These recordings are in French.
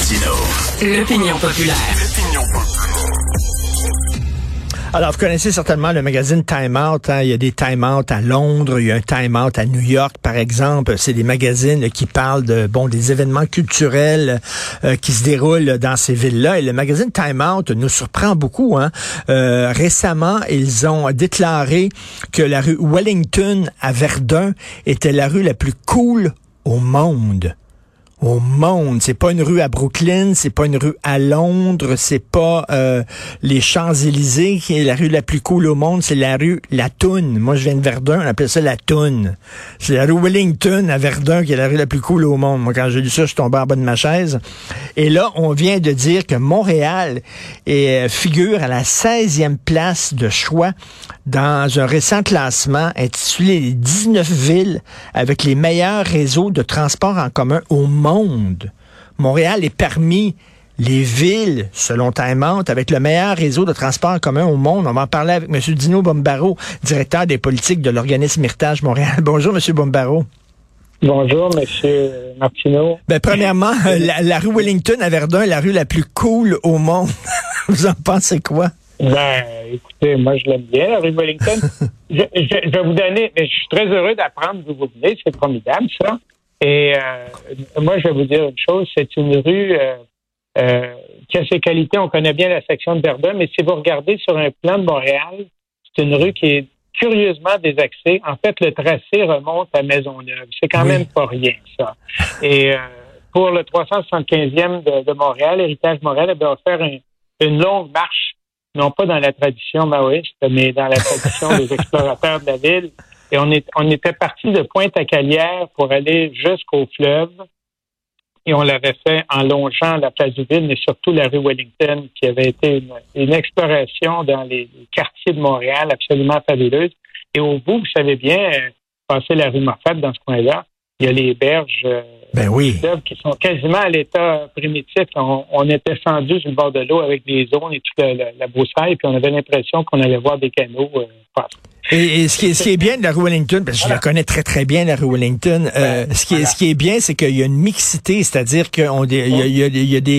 Martino. L'opinion populaire. Alors, vous connaissez certainement le magazine Time Out. Hein? Il y a des Time Out à Londres, il y a un Time Out à New York, par exemple. C'est des magazines qui parlent des événements culturels qui se déroulent dans ces villes-là. Et le magazine Time Out nous surprend beaucoup. Hein? Récemment, ils ont déclaré que la rue Wellington à Verdun était la rue la plus cool au monde. Au monde. C'est pas une rue à Brooklyn, c'est pas une rue à Londres, c'est pas les Champs-Élysées qui est la rue la plus cool au monde, c'est la rue La Toune. Moi, je viens de Verdun, on appelle ça La Toune. C'est la rue Wellington à Verdun qui est la rue la plus cool au monde. Moi, quand j'ai lu ça, je suis tombé en bas de ma chaise. Et là, on vient de dire que Montréal figure à la 16e place de choix dans un récent classement intitulé les 19 villes avec les meilleurs réseaux de transport en commun au monde. Montréal est parmi les villes, selon Time Out, avec le meilleur réseau de transport en commun au monde. On va en parler avec M. Dino Bombaro, directeur des politiques de l'organisme Héritage Montréal. Bonjour, M. Bombaro. Bonjour, M. Martino. Premièrement, la rue Wellington à Verdun est la rue la plus cool au monde. Vous en pensez quoi? Écoutez, moi, je l'aime bien, la rue Wellington. je vais vous donner, mais je suis très heureux d'apprendre d'où vous venez. C'est formidable, ça. Et moi, je vais vous dire une chose. C'est une rue qui a ses qualités. On connaît bien la section de Verdun, mais si vous regardez sur un plan de Montréal, c'est une rue qui est curieusement désaxée. En fait, le tracé remonte à Maisonneuve. C'est quand même pas rien, ça. Et pour le 375e de Montréal, Héritage Montréal avait offert une longue marche, non pas dans la tradition maoïste, mais dans la tradition des explorateurs de la ville. Et on était parti de Pointe-à-Calière pour aller jusqu'au fleuve. Et on l'avait fait en longeant la place du Ville, mais surtout la rue Wellington, qui avait été une exploration dans les quartiers de Montréal absolument fabuleuse. Et au bout, vous savez bien, passer la rue Moffat dans ce coin-là, il y a les berges du fleuve qui sont quasiment à l'état primitif. On était fendus sur le bord de l'eau avec des zones et toute la broussaille, puis on avait l'impression qu'on allait voir des canaux passer. Et ce qui est bien de la rue Wellington, parce que je la connais très très bien, la rue Wellington, ce qui est bien, c'est qu'il y a une mixité, c'est-à-dire qu'il y a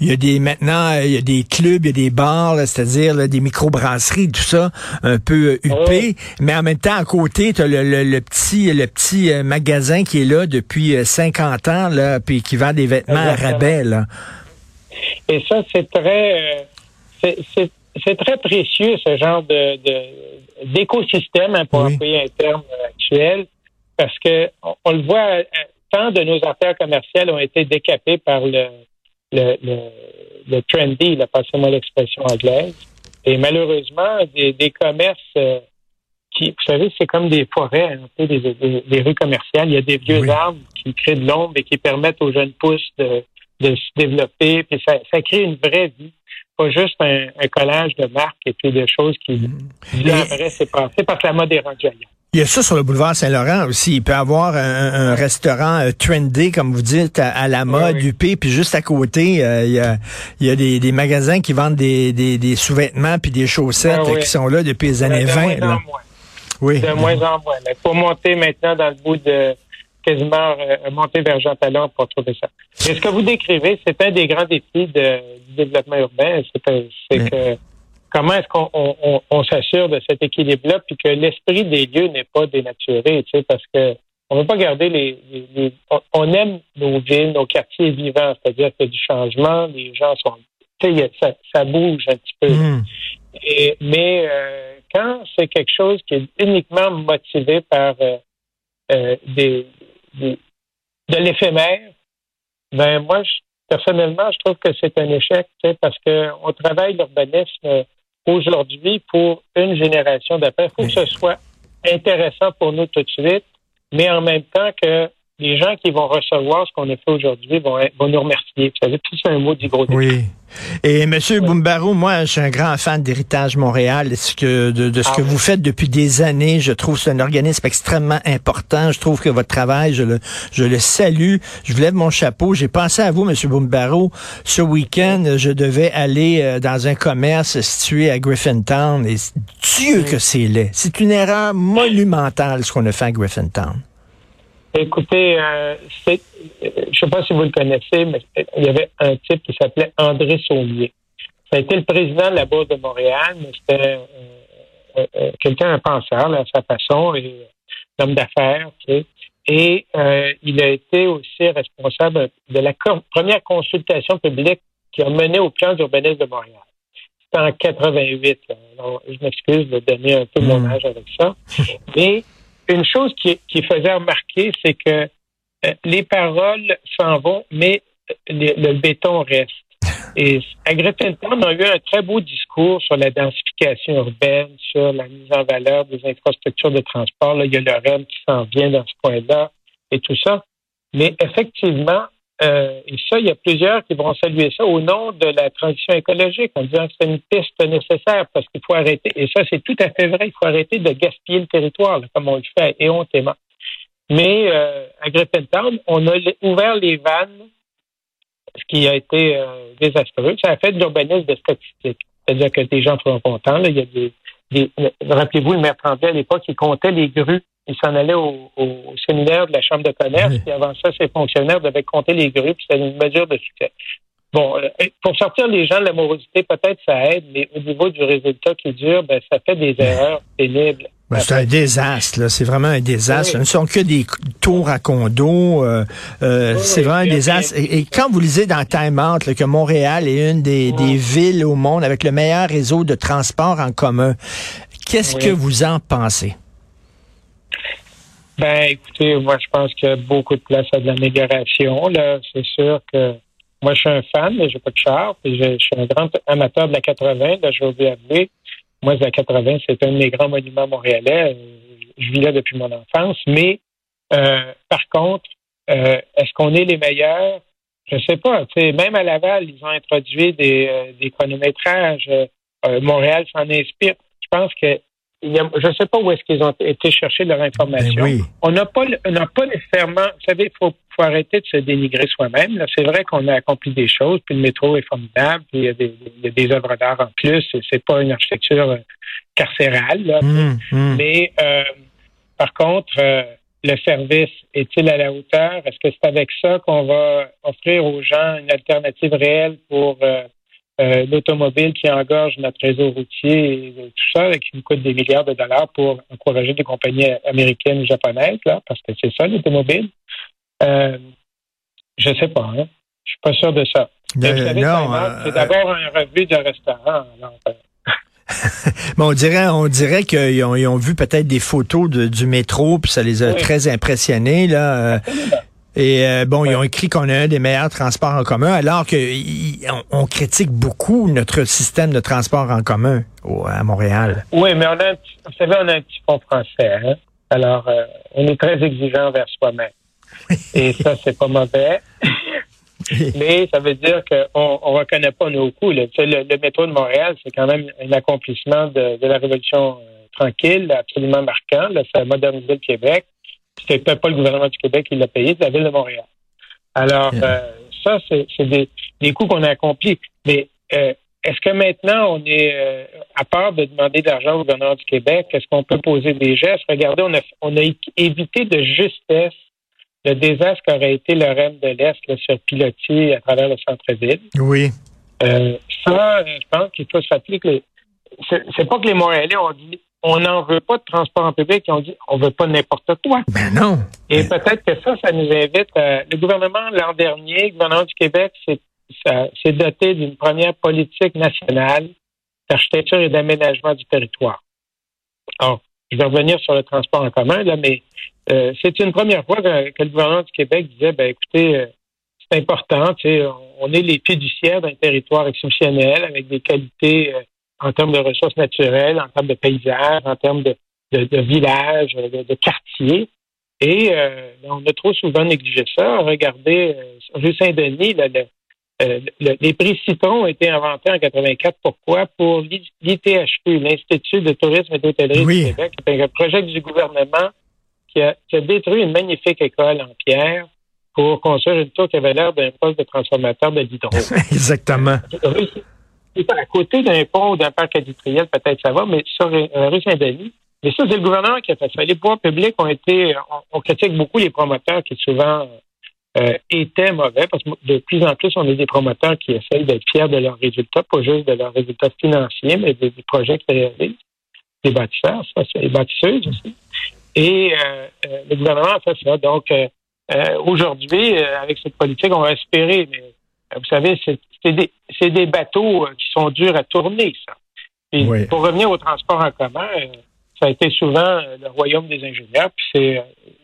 des clubs, il y a des bars, là, c'est-à-dire là, des microbrasseries, tout ça, un peu huppé, mais en même temps à côté, tu as le petit magasin qui est là depuis 50 ans là, puis qui vend des vêtements à rabais là. Et ça, c'est très c'est très précieux, ce genre d'écosystème, pour employer un terme actuel, parce que on le voit, tant de nos affaires commerciales ont été décapées par le trendy, là, passez-moi l'expression anglaise, et malheureusement, des commerces qui, vous savez, c'est comme des forêts, un peu des rues commerciales. Il y a des vieux arbres qui créent de l'ombre et qui permettent aux jeunes pousses de se développer, puis ça crée une vraie vie. Pas juste un collage de marques et puis de choses qui, après, c'est passé parce que la mode est rendue ailleurs. Il y a ça sur le boulevard Saint-Laurent aussi. Il peut y avoir un restaurant trendy, comme vous dites, à la mode, UP, puis juste à côté, il y a des magasins qui vendent des sous-vêtements puis des chaussettes qui sont là depuis les années 20. De moins en moins. De moins en moins. Mais faut monter maintenant dans le bout de quasiment monter vers Jean Talon pour trouver ça. Mais ce que vous décrivez, c'est un des grands défis du développement urbain. C'est que comment est-ce qu'on s'assure de cet équilibre-là, puis que l'esprit des lieux n'est pas dénaturé, tu sais, parce que on ne veut pas garder on aime nos villes, nos quartiers vivants, c'est-à-dire qu'il y a du changement, les gens sont, tu sais, ça bouge un petit peu. Mais quand c'est quelque chose qui est uniquement motivé par de l'éphémère, moi, personnellement, je trouve que c'est un échec, tu sais, parce que on travaille l'urbanisme aujourd'hui pour une génération d'après. Il faut que ce soit intéressant pour nous tout de suite, mais en même temps que les gens qui vont recevoir ce qu'on a fait aujourd'hui vont nous remercier. Vous savez, tout c'est un mot du gros défi. Oui. Et M. Bombaro, moi, je suis un grand fan d'Héritage Montréal, de ce que vous faites depuis des années. Je trouve que c'est un organisme extrêmement important. Je trouve que votre travail, je le salue. Je vous lève mon chapeau. J'ai pensé à vous, M. Bombaro. Ce week-end, je devais aller dans un commerce situé à Griffintown. Et Dieu que c'est laid. C'est une erreur monumentale, ce qu'on a fait à Griffintown. Écoutez, je sais pas si vous le connaissez, mais il y avait un type qui s'appelait André Saumier. Ça a été le président de la Bourse de Montréal, mais c'était quelqu'un, un penseur, là, à sa façon, et homme d'affaires, tu sais. Et il a été aussi responsable de la première consultation publique qui a mené au plan d'urbanisme de Montréal. C'était en 88. Alors, je m'excuse de donner un peu mon âge avec ça. Mais une chose qui faisait remarquer, c'est que les paroles s'en vont, mais le béton reste. Et à Griffintown, on a eu un très beau discours sur la densification urbaine, sur la mise en valeur des infrastructures de transport. Là, il y a le REM qui s'en vient dans ce point-là et tout ça. Mais effectivement, et ça, il y a plusieurs qui vont saluer ça au nom de la transition écologique, en disant que c'est une piste nécessaire parce qu'il faut arrêter. Et ça, c'est tout à fait vrai. Il faut arrêter de gaspiller le territoire, là, comme on le fait à Éhontément. Mais à Griffintown, on a ouvert les vannes, ce qui a été désastreux. Ça a fait de l'urbanisme de statistique. C'est-à-dire que des gens seront contents. Là. Il y a rappelez-vous, le maire Tremblay, à l'époque, il comptait les grues. Il s'en allait au séminaire de la Chambre de commerce, puis avant ça, ses fonctionnaires devaient compter les grues, puis c'était une mesure de succès. Bon, pour sortir les gens de la morosité, peut-être ça aide, mais au niveau du résultat qui dure, ben, ça fait des erreurs pénibles. Ben, c'est un désastre, là. C'est vraiment un désastre. Ce ne sont que des tours à condos. C'est vraiment un désastre. Et quand vous lisez dans Time Out là, que Montréal est une des villes au monde avec le meilleur réseau de transport en commun, qu'est-ce que vous en pensez? Ben, écoutez, moi, je pense qu'il y a beaucoup de place à de l'amélioration. Là, c'est sûr que moi, je suis un fan, mais j'ai pas de char. Puis je suis un grand amateur de la 80. Là, je vais vous avouer. Moi, la 80, c'est un de mes grands monuments montréalais. Je vis là depuis mon enfance. Mais, par contre, est-ce qu'on est les meilleurs? Je sais pas. Même à Laval, ils ont introduit des chronométrages. Montréal s'en inspire. Je pense que je sais pas où est-ce qu'ils ont été chercher leur information. Oui. On n'a pas nécessairement. Vous savez, il faut arrêter de se dénigrer soi-même. Là, c'est vrai qu'on a accompli des choses, puis le métro est formidable, puis il y a des œuvres d'art en plus. C'est pas une architecture carcérale, là. Mais par contre, le service est-il à la hauteur? Est-ce que c'est avec ça qu'on va offrir aux gens une alternative réelle pour l'automobile qui engorge notre réseau routier et tout ça, et qui nous coûte des milliards de dollars pour encourager des compagnies américaines et japonaises, là, parce que c'est ça, l'automobile. Je sais pas, hein. Je suis pas sûr de ça. Mais vous savez, c'est d'abord un revue de restaurant. Alors, mais on dirait qu'ils ont vu peut-être des photos du métro, puis ça les a très impressionnés, là. Et ils ont écrit qu'on a un des meilleurs transports en commun, alors qu'on critique beaucoup notre système de transport en commun à Montréal. Oui, mais vous savez, on a un petit fond français, hein? Alors, on est très exigeant vers soi-même. Et ça, c'est pas mauvais. Mais ça veut dire qu'on reconnaît pas nos coups. Le métro de Montréal, c'est quand même un accomplissement de la Révolution tranquille, absolument marquant. Là, ça a modernisé le Québec. C'est peut-être pas le gouvernement du Québec qui l'a payé, c'est la Ville de Montréal. Alors, ça, c'est des coûts qu'on a accomplis. Mais est-ce que maintenant, on est, à part de demander de l'argent au gouvernement du Québec, est-ce qu'on peut poser des gestes? Regardez, on a évité de justesse le désastre qu'aurait été le REM de l'Est là, sur Pilotis à travers le centre-ville. Oui. Ça, je pense qu'il faut se rappeler que c'est pas que les Montréalais ont dit on n'en veut pas de transport en public, ils ont dit on veut pas n'importe quoi. Ben non. Et peut-être que ça nous invite le gouvernement l'an dernier, le gouvernement du Québec s'est doté d'une première politique nationale d'architecture et d'aménagement du territoire. Alors, je vais revenir sur le transport en commun, là, mais c'est une première fois que le gouvernement du Québec disait écoutez, c'est important, on est les fiduciaires d'un territoire exceptionnel avec des qualités en termes de ressources naturelles, en termes de paysages, en termes de villages, de quartiers. Et on a trop souvent négligé ça. Regardez, rue Saint-Denis, les prix Citron ont été inventés en 84. Pourquoi? Pour l'ITHQ, l'Institut de tourisme et d'hôtellerie du Québec, qui est un projet du gouvernement qui a détruit une magnifique école en pierre pour construire une tour qui avait l'air d'un poste de transformateur de l'hydro. Exactement. À côté d'un pont ou d'un parc industriel, peut-être ça va, mais sur rue Saint-Denis. Mais ça, c'est le gouvernement qui a fait ça. Les pouvoirs publics on critique beaucoup les promoteurs qui souvent étaient mauvais, parce que de plus en plus, on a des promoteurs qui essayent d'être fiers de leurs résultats, pas juste de leurs résultats financiers, mais des projets qu'ils réalisent, des bâtisseurs, ça, c'est les bâtisseuses aussi. Et le gouvernement a fait ça. Donc, aujourd'hui, avec cette politique, on va espérer, mais vous savez, c'est des bateaux qui sont durs à tourner, ça. Et oui. Pour revenir au transport en commun, ça a été souvent le royaume des ingénieurs. Puis c'est,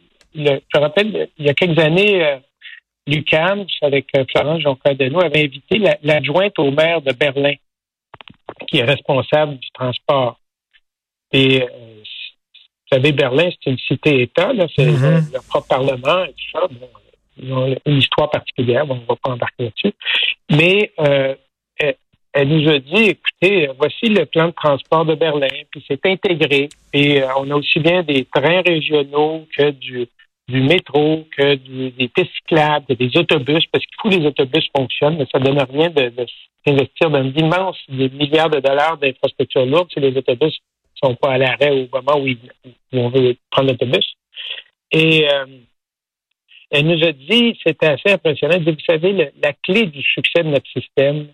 je rappelle, il y a quelques années, l'UQAM, avec Florence Jonca-Deneau, avait invité l'adjointe au maire de Berlin, qui est responsable du transport. Et vous savez, Berlin, c'est une cité-État, là, c'est leur propre parlement et tout ça. Bon, ils ont une histoire particulière, bon, on ne va pas embarquer là-dessus. Mais elle nous a dit, écoutez, voici le plan de transport de Berlin, puis c'est intégré. Et on a aussi bien des trains régionaux que du métro, que des pistes cyclables, que des autobus, parce qu'il faut que les autobus fonctionnent, mais ça ne donne rien d'investir dans d'immenses milliards de dollars d'infrastructures lourdes si les autobus ne sont pas à l'arrêt au moment où on veut prendre l'autobus. Et elle nous a dit, c'était assez impressionnant, elle dit, vous savez, la clé du succès de notre système,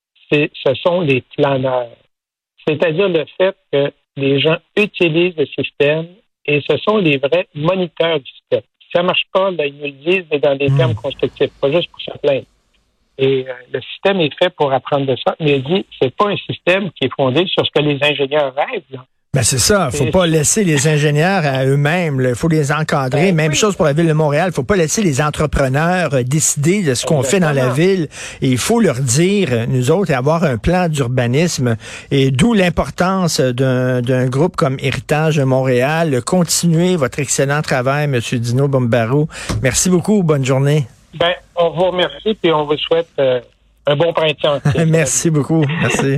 ce sont les planeurs. C'est-à-dire le fait que les gens utilisent le système et ce sont les vrais moniteurs du système. Si ça marche pas, là, ils nous le disent, mais dans des termes constructifs, pas juste pour se plaindre. Et le système est fait pour apprendre de ça, mais elle dit, c'est pas un système qui est fondé sur ce que les ingénieurs rêvent, là. Ben c'est ça, faut pas laisser les ingénieurs à eux-mêmes, il faut les encadrer. Même chose pour la ville de Montréal, faut pas laisser les entrepreneurs décider de ce qu'on fait dans la ville. Et il faut leur dire, nous autres, avoir un plan d'urbanisme. Et d'où l'importance d'un groupe comme Héritage Montréal. Continuez votre excellent travail, M. Dino Bombaro. Merci beaucoup, bonne journée. Ben, on vous remercie et on vous souhaite un bon printemps. Merci beaucoup, merci.